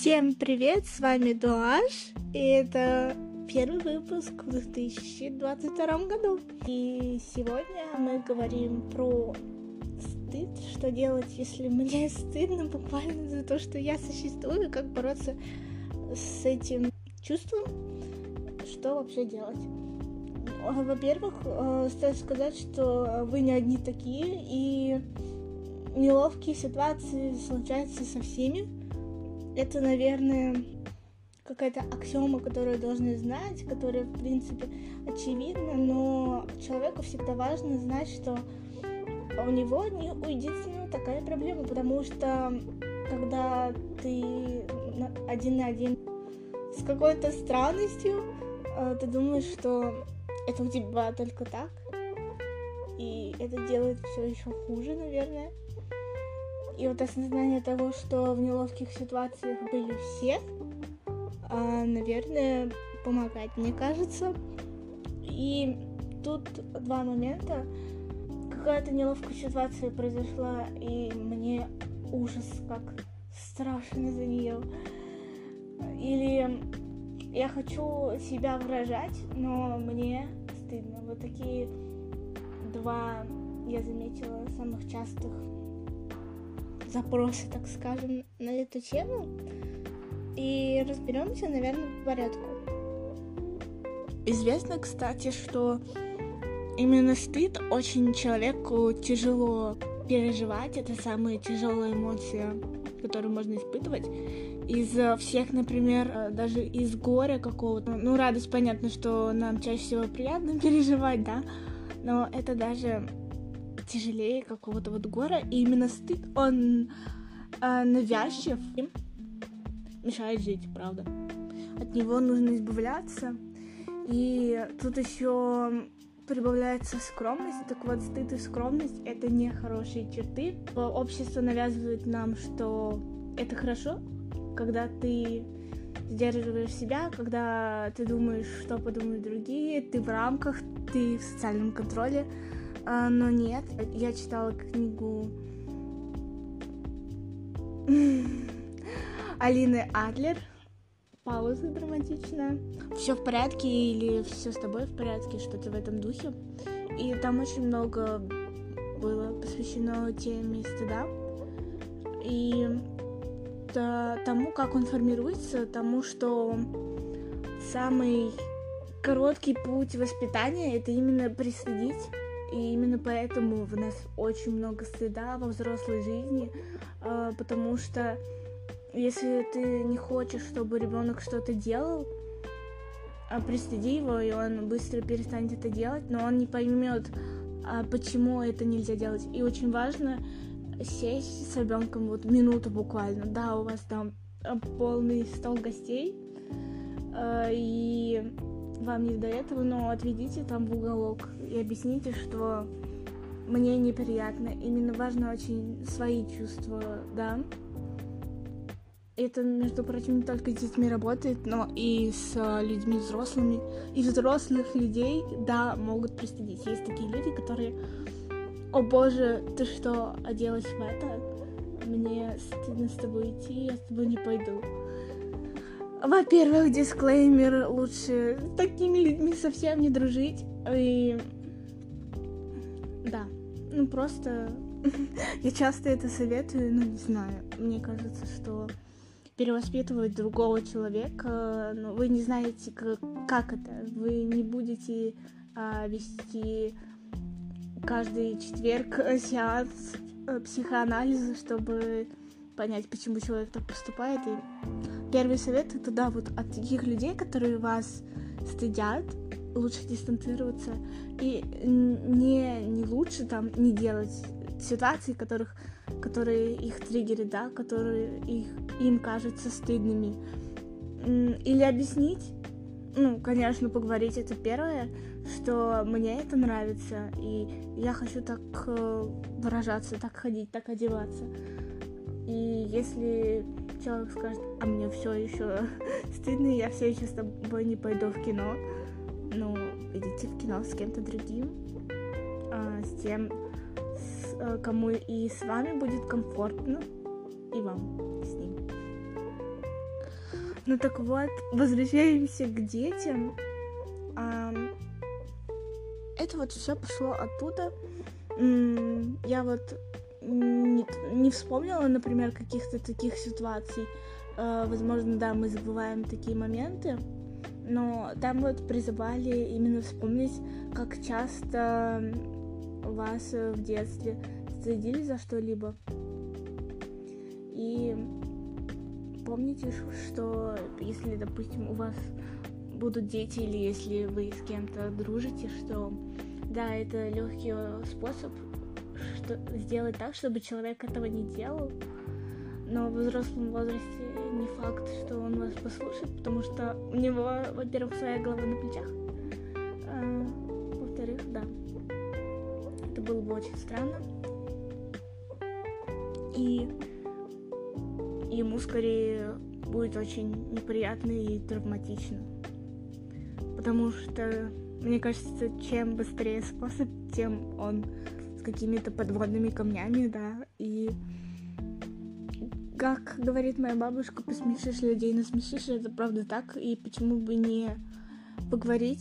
Всем привет, с вами Дуаш, и это первый выпуск в 2022 году. И сегодня мы говорим про стыд, что делать, если мне стыдно буквально за то, что я существую, как бороться с этим чувством, что вообще делать. Во-первых, стоит сказать, что вы не одни такие, и неловкие ситуации случаются со всеми. Это, наверное, какая-то аксиома, которую должны знать, которая, в принципе, очевидна, но человеку всегда важно знать, что у него не единственная такая проблема, потому что когда ты один на один с какой-то странностью, ты думаешь, что это у тебя только так, и это делает все еще хуже, наверное. И вот осознание того, что в неловких ситуациях были все, наверное, помогает, мне кажется. И тут два момента. Какая-то неловкая ситуация произошла, и мне ужас, как страшно за нее. Или я хочу себя выражать, но мне стыдно. Вот такие два, я заметила, самых частых запросы, так скажем, на эту тему. И разберемся, наверное, по порядку. Известно, кстати, что именно стыд очень человеку тяжело переживать. Это самая тяжелая эмоция, которую можно испытывать. Из всех, например, даже из горя какого-то. Ну, радость, понятно, что нам чаще всего приятно переживать, да? Но это даже тяжелее какого-то вот горя, и именно стыд, он навязчив, мешает жить, правда. От него нужно избавляться, и тут еще прибавляется скромность. Так вот, стыд и скромность — это не хорошие черты. Общество навязывает нам, что это хорошо, когда ты сдерживаешь себя, когда ты думаешь, что подумают другие, ты в рамках, ты в социальном контроле. Но нет, я читала книгу Алины Адлер «Пауза драматичная». «Все в порядке» или «Все с тобой в порядке», что-то в этом духе. И там очень много было посвящено теме стыда и тому, как он формируется, тому, что самый короткий путь воспитания — это именно пристыдить. И именно поэтому в нас очень много стыда во взрослой жизни, потому что если ты не хочешь, чтобы ребенок что-то делал, пристыди его, и он быстро перестанет это делать, но он не поймет, почему это нельзя делать. И очень важно сесть с ребенком вот минуту буквально. Да, у вас там полный стол гостей, и вам не до этого, но отведите там в уголок и объясните, что мне неприятно. Именно важно очень свои чувства, да. Это, между прочим, не только с детьми работает, но и с людьми взрослыми. И взрослых людей, да, могут пристыдить. Есть такие люди, которые: «О боже, ты что, оделась в это? Мне стыдно с тобой идти, я с тобой не пойду». Во-первых, дисклеймер: лучше с такими людьми совсем не дружить. И да, просто я часто это советую, но не знаю. Мне кажется, что перевоспитывать другого человека, вы не знаете, как это. Вы не будете вести каждый четверг сеанс психоанализа, чтобы понять, почему человек так поступает. И первый совет — это, да, вот от таких людей, которые вас стыдят, лучше дистанцироваться. И не лучше там не делать ситуаций, которые их триггерят, да, которые им кажутся стыдными. Или объяснить, конечно, поговорить — это первое, что мне это нравится, и я хочу так выражаться, так ходить, так одеваться. И если человек скажет: «А мне все еще стыдно, я все еще с тобой не пойду в кино», идите в кино с кем-то другим, с тем, кому и с вами будет комфортно, и вам с ним. Ну так вот, возвращаемся к детям. Это вот все пошло оттуда. Я вот не вспомнила, например, каких-то таких ситуаций. Возможно, да, мы забываем такие моменты, но там вот призывали именно вспомнить, как часто вас в детстве стыдили за что-либо. И помните, что если, допустим, у вас будут дети или если вы с кем-то дружите, что да, это легкий способ сделать так, чтобы человек этого не делал, но в взрослом возрасте не факт, что он вас послушает, потому что у него, во-первых, своя голова на плечах, во-вторых, да, это было бы очень странно, и ему скорее будет очень неприятно и травматично, потому что, мне кажется, чем быстрее способ, тем он с какими-то подводными камнями, да, и как говорит моя бабушка, посмешишь людей, насмешишь, это правда так, и почему бы не поговорить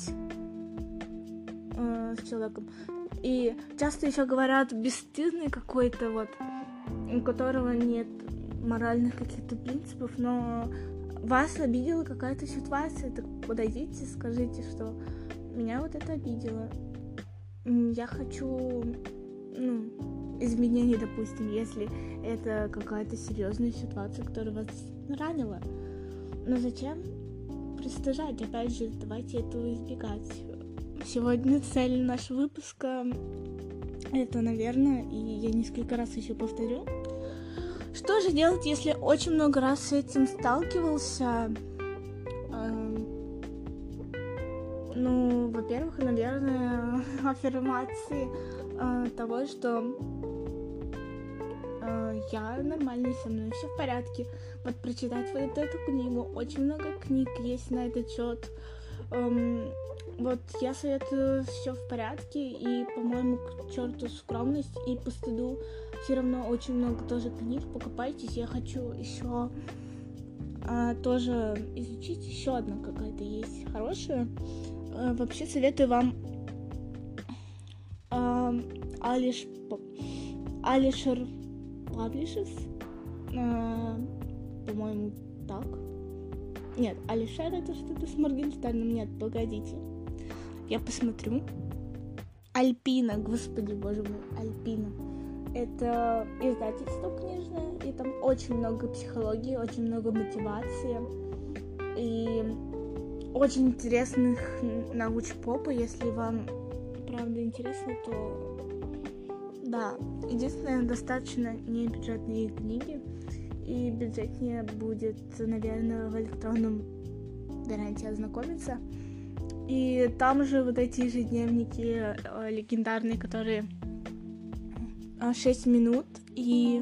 с человеком. И часто еще говорят бесстыдный какой-то вот, у которого нет моральных каких-то принципов, но вас обидела какая-то ситуация, так подойдите, скажите, что меня вот это обидело. Я хочу, изменений, допустим, если это какая-то серьезная ситуация, которая вас ранила. Но зачем пристыжать? Опять же, давайте этого избегать. Сегодня цель нашего выпуска это, наверное, и я несколько раз еще повторю. Что же делать, если очень много раз с этим сталкивался? Во-первых, наверное, аффирмации того, что я нормальный, со мной все в порядке. Вот прочитать вот эту книгу. Очень много книг есть на этот счет. Вот я советую все в порядке. И, по-моему, к черту скромность. И по стыду все равно очень много тоже книг. Покупайтесь. Я хочу еще тоже изучить. Еще одна какая-то есть хорошая. Вообще советую вам Алишер Паблишес, по-моему, так. Нет, Алишер это что-то с Моргенштерном. Нет, погодите. Я посмотрю. Альпина, господи, боже мой, Альпина. Это издательство книжное, и там очень много психологии, очень много мотивации. И очень интересных научпопа, если вам правда интересно, то да. Единственное, достаточно не бюджетные книги, и бюджетнее будет, наверное, в электронном варианте ознакомиться. И там же вот эти ежедневники легендарные, которые 6 минут, и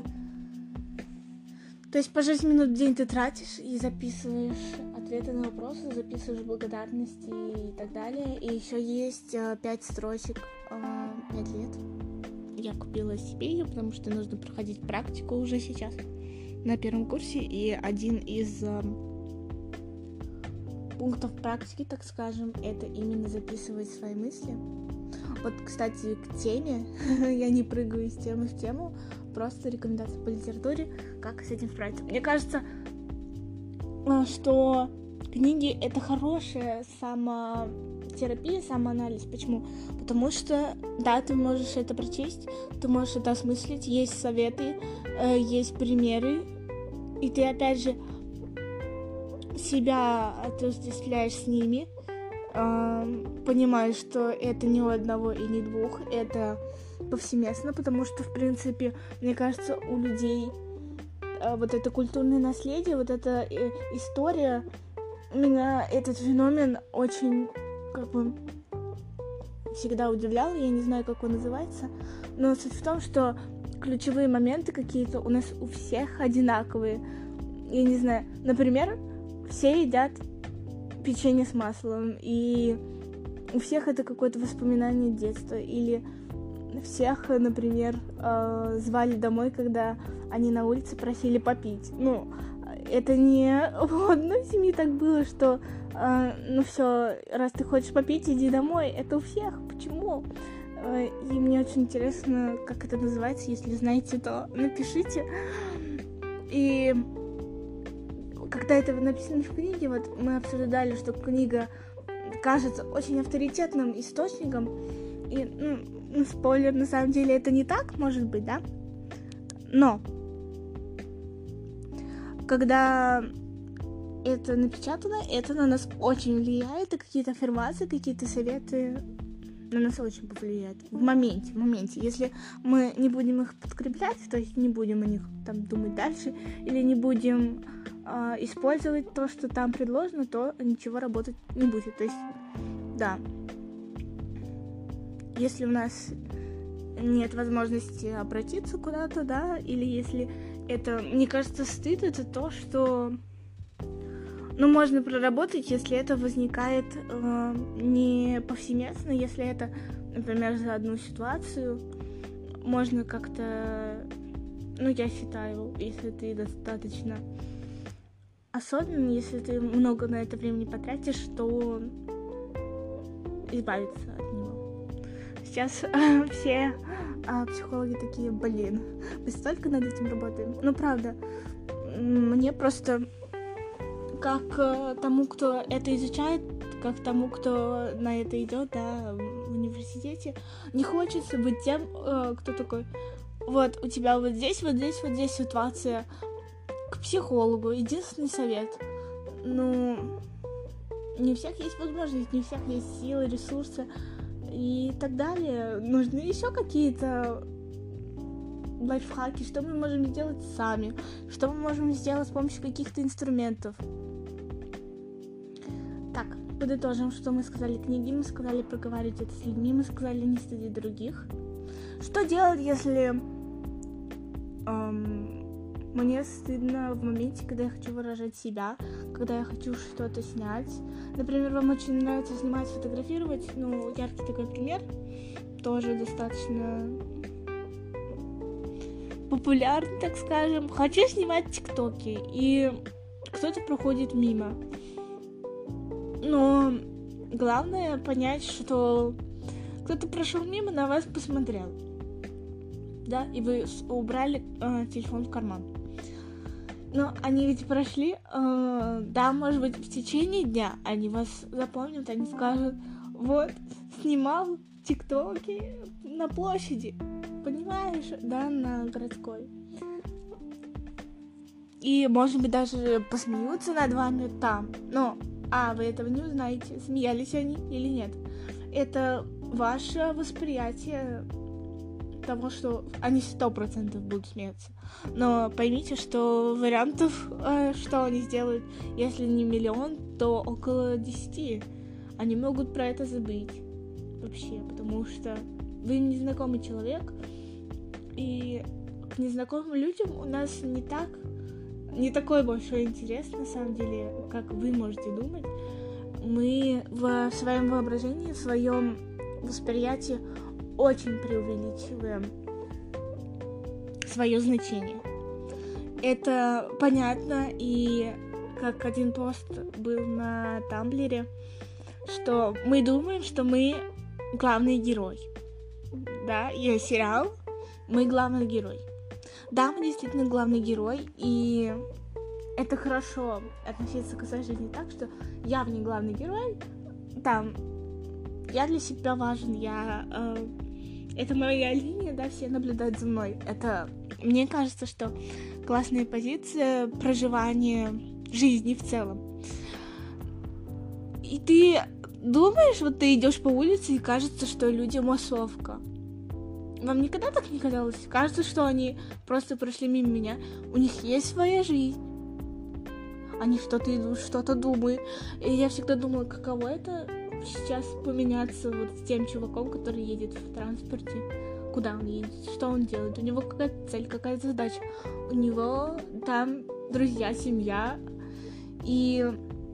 то есть по 6 минут в день ты тратишь и записываешь ответы на вопросы, записываешь благодарности и так далее. И еще есть 5 строчек, 5 лет. Я купила себе ее, потому что нужно проходить практику уже сейчас на первом курсе. И один из пунктов практики, так скажем, это именно записывать свои мысли. Вот, кстати, к теме, я не прыгаю из темы в тему, просто рекомендации по литературе, как с этим справиться. Мне кажется, что книги — это хорошая самотерапия, самоанализ. Почему? Потому что, да, ты можешь это прочесть, ты можешь это осмыслить, есть советы, есть примеры, и ты, опять же, себя отождествляешь с ними, понимаешь, что это не у одного и не двух, это повсеместно, потому что, в принципе, мне кажется, у людей вот это культурное наследие, вот эта история, меня этот феномен очень, всегда удивлял, я не знаю, как он называется, но суть в том, что ключевые моменты какие-то у нас у всех одинаковые. Я не знаю, например, все едят печенье с маслом, и у всех это какое-то воспоминание детства, или всех, например, звали домой, когда они на улице просили попить. это не в одной семье так было, что ну все, раз ты хочешь попить, иди домой. Это у всех. Почему? И мне очень интересно, как это называется. Если знаете, то напишите. И когда это написано в книге, вот мы обсуждали, что книга кажется очень авторитетным источником. И, ну, спойлер, на самом деле это не так, может быть, да? Но когда это напечатано, это на нас очень влияет, и какие-то аффирмации, какие-то советы на нас очень повлияют. В моменте. Если мы не будем их подкреплять, то есть не будем о них там думать дальше, или не будем использовать то, что там предложено, то ничего работать не будет. То есть, да. Если у нас нет возможности обратиться куда-то, да, или если это, мне кажется, стыд — это то, что, ну, можно проработать, если это возникает не повсеместно, если это, например, за одну ситуацию, можно как-то, ну, я считаю, если ты достаточно осознанно, если ты много на это времени потратишь, то избавиться от него. Сейчас все психологи такие, блин, мы столько над этим работаем. Ну, правда, мне просто, как тому, кто это изучает, как тому, кто на это идет, да, в университете, не хочется быть тем, кто такой, вот, у тебя вот здесь ситуация, к психологу, единственный совет. Ну, не у всех есть возможность, не у всех есть силы, ресурсы и так далее. Нужны еще какие-то лайфхаки, что мы можем сделать сами, что мы можем сделать с помощью каких-то инструментов. Так, подытожим, что мы сказали в книге, мы сказали проговаривать это с людьми, мы сказали не стыдить других. Что делать, если мне стыдно в моменте, когда я хочу выражать себя, когда я хочу что-то снять. Например, вам очень нравится снимать, фотографировать. Ну, яркий такой пример. Тоже достаточно популярный, так скажем. Хочу снимать тиктоки, и кто-то проходит мимо. Но главное понять, что кто-то прошел мимо, на вас посмотрел. Да, и вы убрали телефон в карман. Но они ведь прошли, да, может быть, в течение дня они вас запомнят, они скажут, вот, снимал тиктоки на площади, понимаешь, да, на городской. И, может быть, даже посмеются над вами там, но, вы этого не узнаете, смеялись они или нет. Это ваше восприятие того, что они 100% будут смеяться. Но поймите, что вариантов, что они сделают, если не 1 миллион, то около 10. Они могут про это забыть вообще, потому что вы незнакомый человек, и к незнакомым людям у нас не такой большой интерес, на самом деле, как вы можете думать. Мы в своем воображении, в своем восприятии очень преувеличиваем свое значение. Это понятно, и как один пост был на Тамблере, что мы думаем, что мы главный герой. Да, и сериал «Мы главный герой». Да, мы действительно главный герой, и это хорошо относиться к своей жизни так, что я в ней главный герой, там, я для себя важен, это моя линия, да, все наблюдают за мной. Это, мне кажется, что классная позиция проживания жизни в целом. И ты думаешь, вот ты идешь по улице, и кажется, что люди массовка. Вам никогда так не казалось? Кажется, что они просто прошли мимо меня. У них есть своя жизнь. Они что-то идут, что-то думают. И я всегда думала, каково это сейчас поменяться вот с тем чуваком, который едет в транспорте. Куда он едет, что он делает, у него какая-то цель, какая-то задача. У него там друзья, семья. И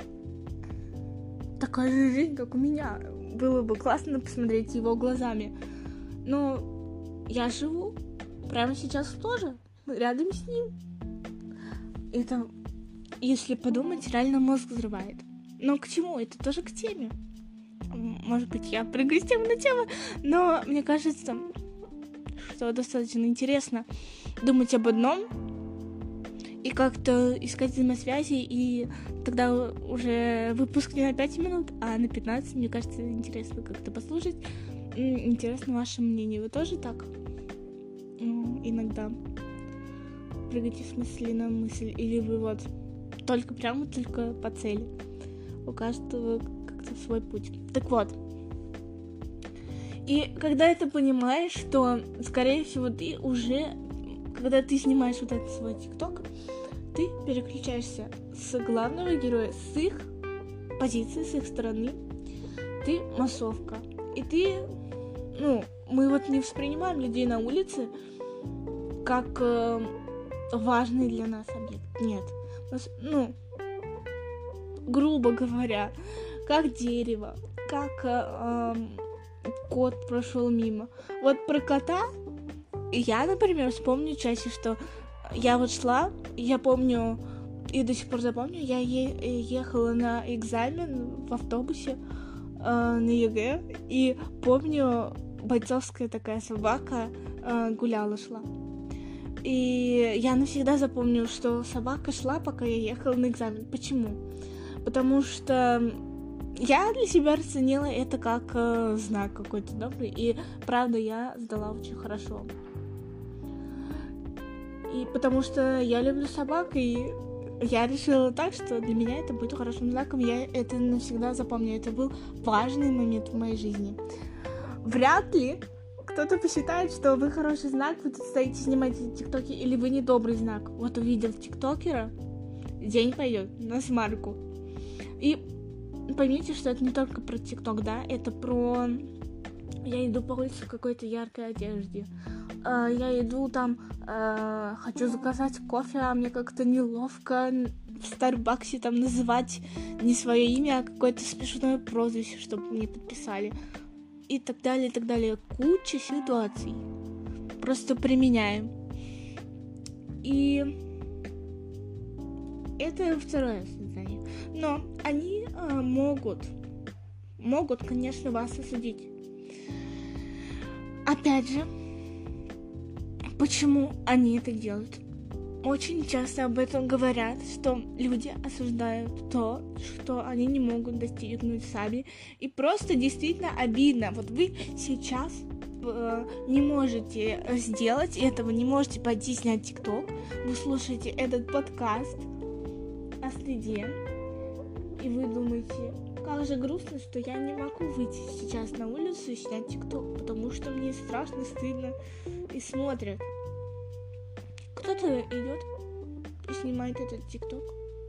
такая же жизнь, как у меня. Было бы классно посмотреть его глазами. Но я живу прямо сейчас тоже рядом с ним. Это если подумать, реально мозг взрывает. Но к чему? Это тоже к теме. Может быть, я прыгаю с темы на тему, но мне кажется, что достаточно интересно думать об одном и как-то искать взаимосвязи, и тогда уже выпуск не на 5 минут, а на 15. Мне кажется, интересно как-то послушать. Интересно ваше мнение. Вы тоже так иногда прыгаете с мысли на мысль? Или вы вот только по цели? У каждого как-то свой путь. Так вот. И когда ты понимаешь, что, скорее всего, ты уже, когда ты снимаешь вот этот свой ТикТок, ты переключаешься с главного героя, с их позиции, с их стороны. Ты массовка. И ты, мы вот не воспринимаем людей на улице как важный для нас объект. Нет. Грубо говоря, как дерево, как кот прошел мимо. Вот про кота я, например, вспомню чаще, что я вот шла, я помню, и до сих пор запомню, я ехала на экзамен в автобусе на ЕГЭ, и помню, бойцовская такая собака гуляла, шла. И я навсегда запомню, что собака шла, пока я ехала на экзамен. Почему? Потому что я для себя расценила это как знак какой-то добрый, и правда я сдала очень хорошо. И потому что я люблю собак, и я решила так, что для меня это будет хорошим знаком, я это навсегда запомню. Это был важный момент в моей жизни. Вряд ли кто-то посчитает, что вы хороший знак, вы тут стоите, снимаете тиктоки, или вы недобрый знак. Вот увидел тиктокера, день пойдет на смарку. И поймите, что это не только про тикток, да, это про... Я иду по улице в какой-то яркой одежде. Я иду там, хочу заказать кофе, а мне как-то неловко в Старбаксе там называть не свое имя, а какое-то смешное прозвище, чтобы мне подписали. И так далее, и так далее. Куча ситуаций. Просто применяем. И это второе создание. Но они могут, конечно, вас осудить. Опять же, почему они это делают? Очень часто об этом говорят, что люди осуждают то, что они не могут достигнуть сами. И просто действительно обидно. Вот вы сейчас не можете сделать этого, не можете пойти снять ТикТок. Вы слушаете этот подкаст о стыде. И вы думаете, как же грустно, что я не могу выйти сейчас на улицу и снять ТикТок, потому что мне страшно, стыдно и смотрят. Кто-то идет и снимает этот ТикТок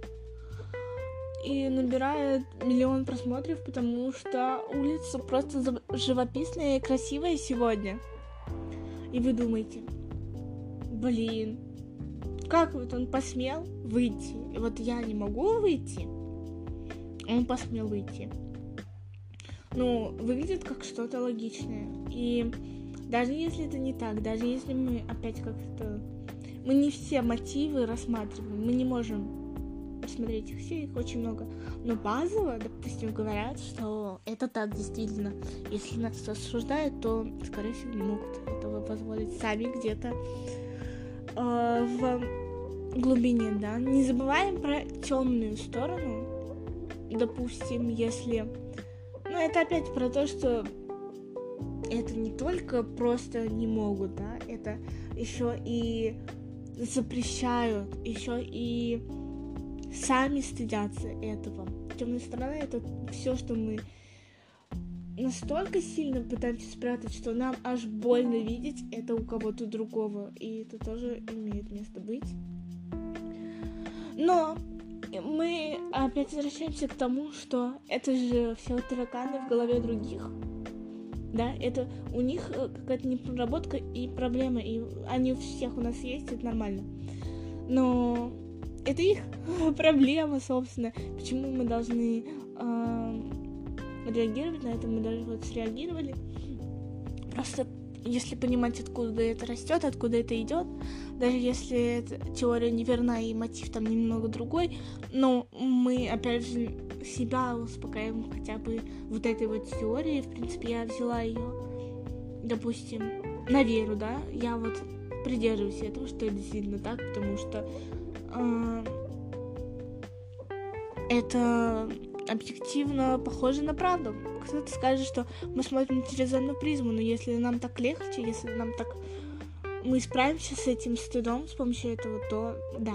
и набирает 1 миллион просмотров, потому что улица просто живописная и красивая сегодня. И вы думаете, блин, как вот он посмел выйти? И вот я не могу выйти, он посмел выйти. Выглядит как что-то логичное. И даже если это не так, даже если мы опять как-то... Мы не все мотивы рассматриваем, мы не можем рассмотреть их все, их очень много. Но базово, допустим, говорят, что это так действительно. Если нас осуждают, то, скорее всего, не могут этого позволить сами где-то в глубине, да. Не забываем про темную сторону. Допустим, если... это опять про то, что это не только просто не могут, да, это еще и запрещают, еще и сами стыдятся этого. Темная сторона — это все, что мы настолько сильно пытаемся спрятать, что нам аж больно видеть это у кого-то другого, и это тоже имеет место быть. Но мы опять возвращаемся к тому, что это же все тараканы в голове других. Да, это у них какая-то непроработка и проблема, и они у всех у нас есть, это нормально. Но это их проблема, собственно. Почему мы должны реагировать на это? Мы даже вот среагировали. Просто если понимать, откуда это растет, откуда это идет, даже если эта теория неверна и мотив там немного другой, но мы, опять же, себя успокаиваем хотя бы вот этой вот теорией. В принципе, я взяла ее, допустим, на веру, да, я вот придерживаюсь этого, что это действительно так, потому что это объективно похоже на правду. Кто-то скажет, что мы смотрим через одну призму, но если нам так легче, если нам так... мы справимся с этим стыдом с помощью этого, то да.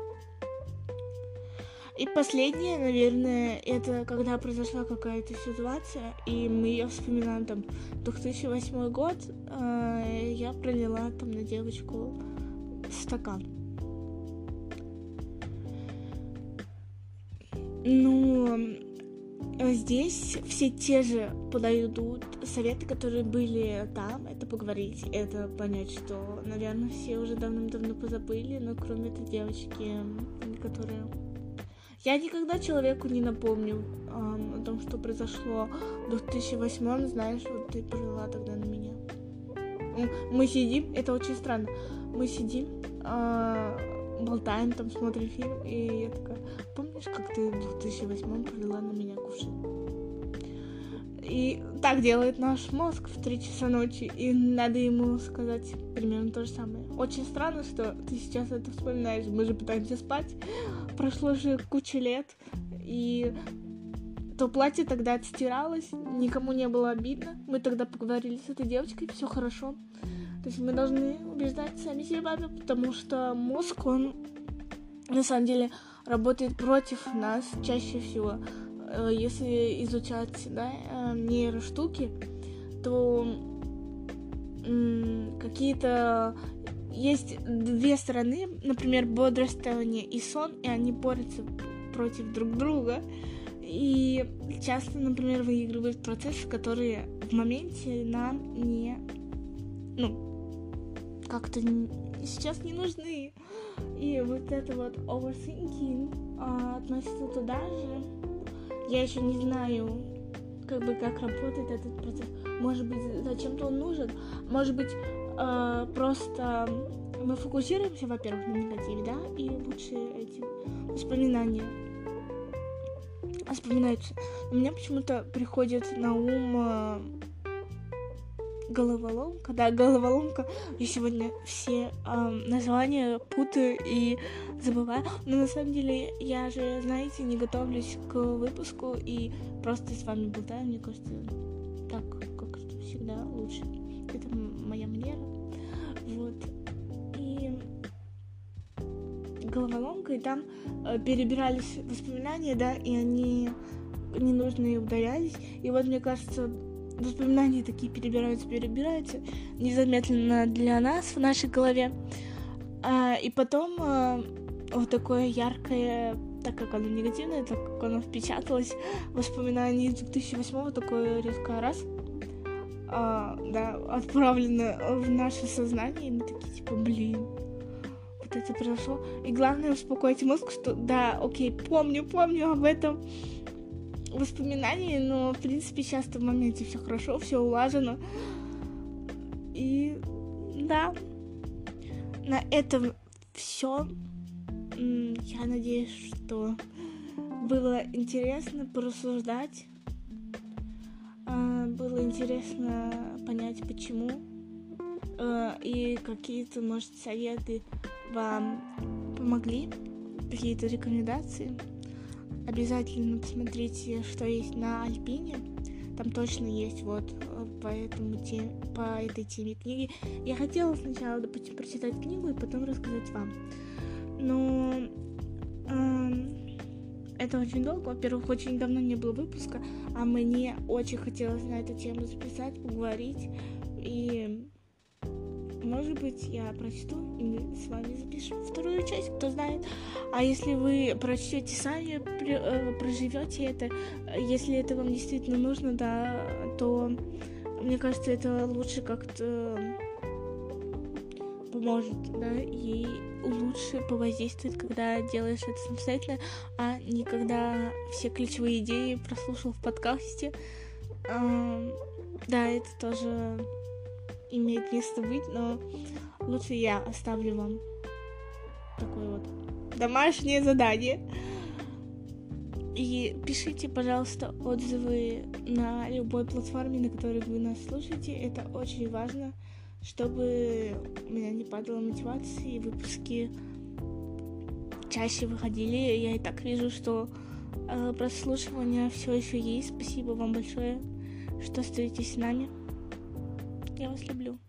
И последнее, наверное, это когда произошла какая-то ситуация, и мы ее вспоминаем, там, 2008 год, я пролила там на девочку стакан. Ну, здесь все те же подойдут советы, которые были там. Это поговорить, это понять, что, наверное, все уже давным-давно позабыли, но кроме этой девочки, которая... Я никогда человеку не напомню о том, что произошло в 2008-м, знаешь, вот ты пролила тогда на меня. Мы сидим, это очень странно, мы сидим, болтаем, там, смотрим фильм, и я такая: помнишь, как ты в 2008-м пролила на меня кувшин? И так делает наш мозг в 3 часа ночи, и надо ему сказать примерно то же самое. Очень странно, что ты сейчас это вспоминаешь, мы же пытаемся спать, прошло же куча лет, и то платье тогда отстиралось, никому не было обидно, мы тогда поговорили с этой девочкой, все хорошо. То есть мы должны убеждать сами себя, потому что мозг, он на самом деле работает против нас чаще всего. Если изучать, да, нейроштуки, то какие-то есть 2 стороны, например, бодрствование и сон, и они борются против друг друга. И часто, например, выигрывают процессы, которые в моменте нам не... как-то сейчас не нужны. И вот это вот overthinking относится туда же. Я еще не знаю, как работает этот процесс. Может быть, зачем-то он нужен. Может быть, просто мы фокусируемся, во-первых, на негативе, да, и лучше эти воспоминания вспоминаются. У меня почему-то приходит на ум головоломка. Да, головоломка. Я сегодня все названия путаю и забываю. Но на самом деле я же, знаете, не готовлюсь к выпуску и просто с вами болтаю. Мне кажется, так как-то всегда лучше. Это моя манера. Вот. И головоломка, и там перебирались воспоминания, да, и они ненужные удалялись. И вот, мне кажется, воспоминания такие перебираются незаметно для нас в нашей голове. И потом вот такое яркое, так как оно негативное, так как оно впечаталось, воспоминание из 2008-го такое резко раз, да, отправлено в наше сознание, и мы такие, типа, блин, вот это произошло. И главное успокоить мозг, что да, окей, помню об этом воспоминания, но, в принципе, сейчас-то в моменте все хорошо, все улажено. И да, на этом все. Я надеюсь, что было интересно порассуждать. Было интересно понять, почему. И какие-то, может, советы вам помогли, какие-то рекомендации. Обязательно посмотрите, что есть на Альпине. Там точно есть вот по этой теме книги. Я хотела сначала, допустим, прочитать книгу и потом рассказать вам. Но это очень долго. Во-первых, очень давно не было выпуска, а мне очень хотелось на эту тему записать, поговорить. И, может быть, я прочту, и мы с вами запишем 2-ю часть, кто знает. А если вы прочтете сами, проживете это, если это вам действительно нужно, да, то, мне кажется, это лучше как-то поможет, да, и лучше повоздействует, когда делаешь это самостоятельно, а не когда все ключевые идеи прослушал в подкасте. Да, это тоже имеет место быть, но лучше я оставлю вам такое вот домашнее задание. И пишите, пожалуйста, отзывы на любой платформе, на которой вы нас слушаете. Это очень важно, чтобы у меня не падала мотивация и выпуски чаще выходили. Я и так вижу, что прослушивания все еще есть. Спасибо вам большое, что остаетесь с нами. Я вас люблю.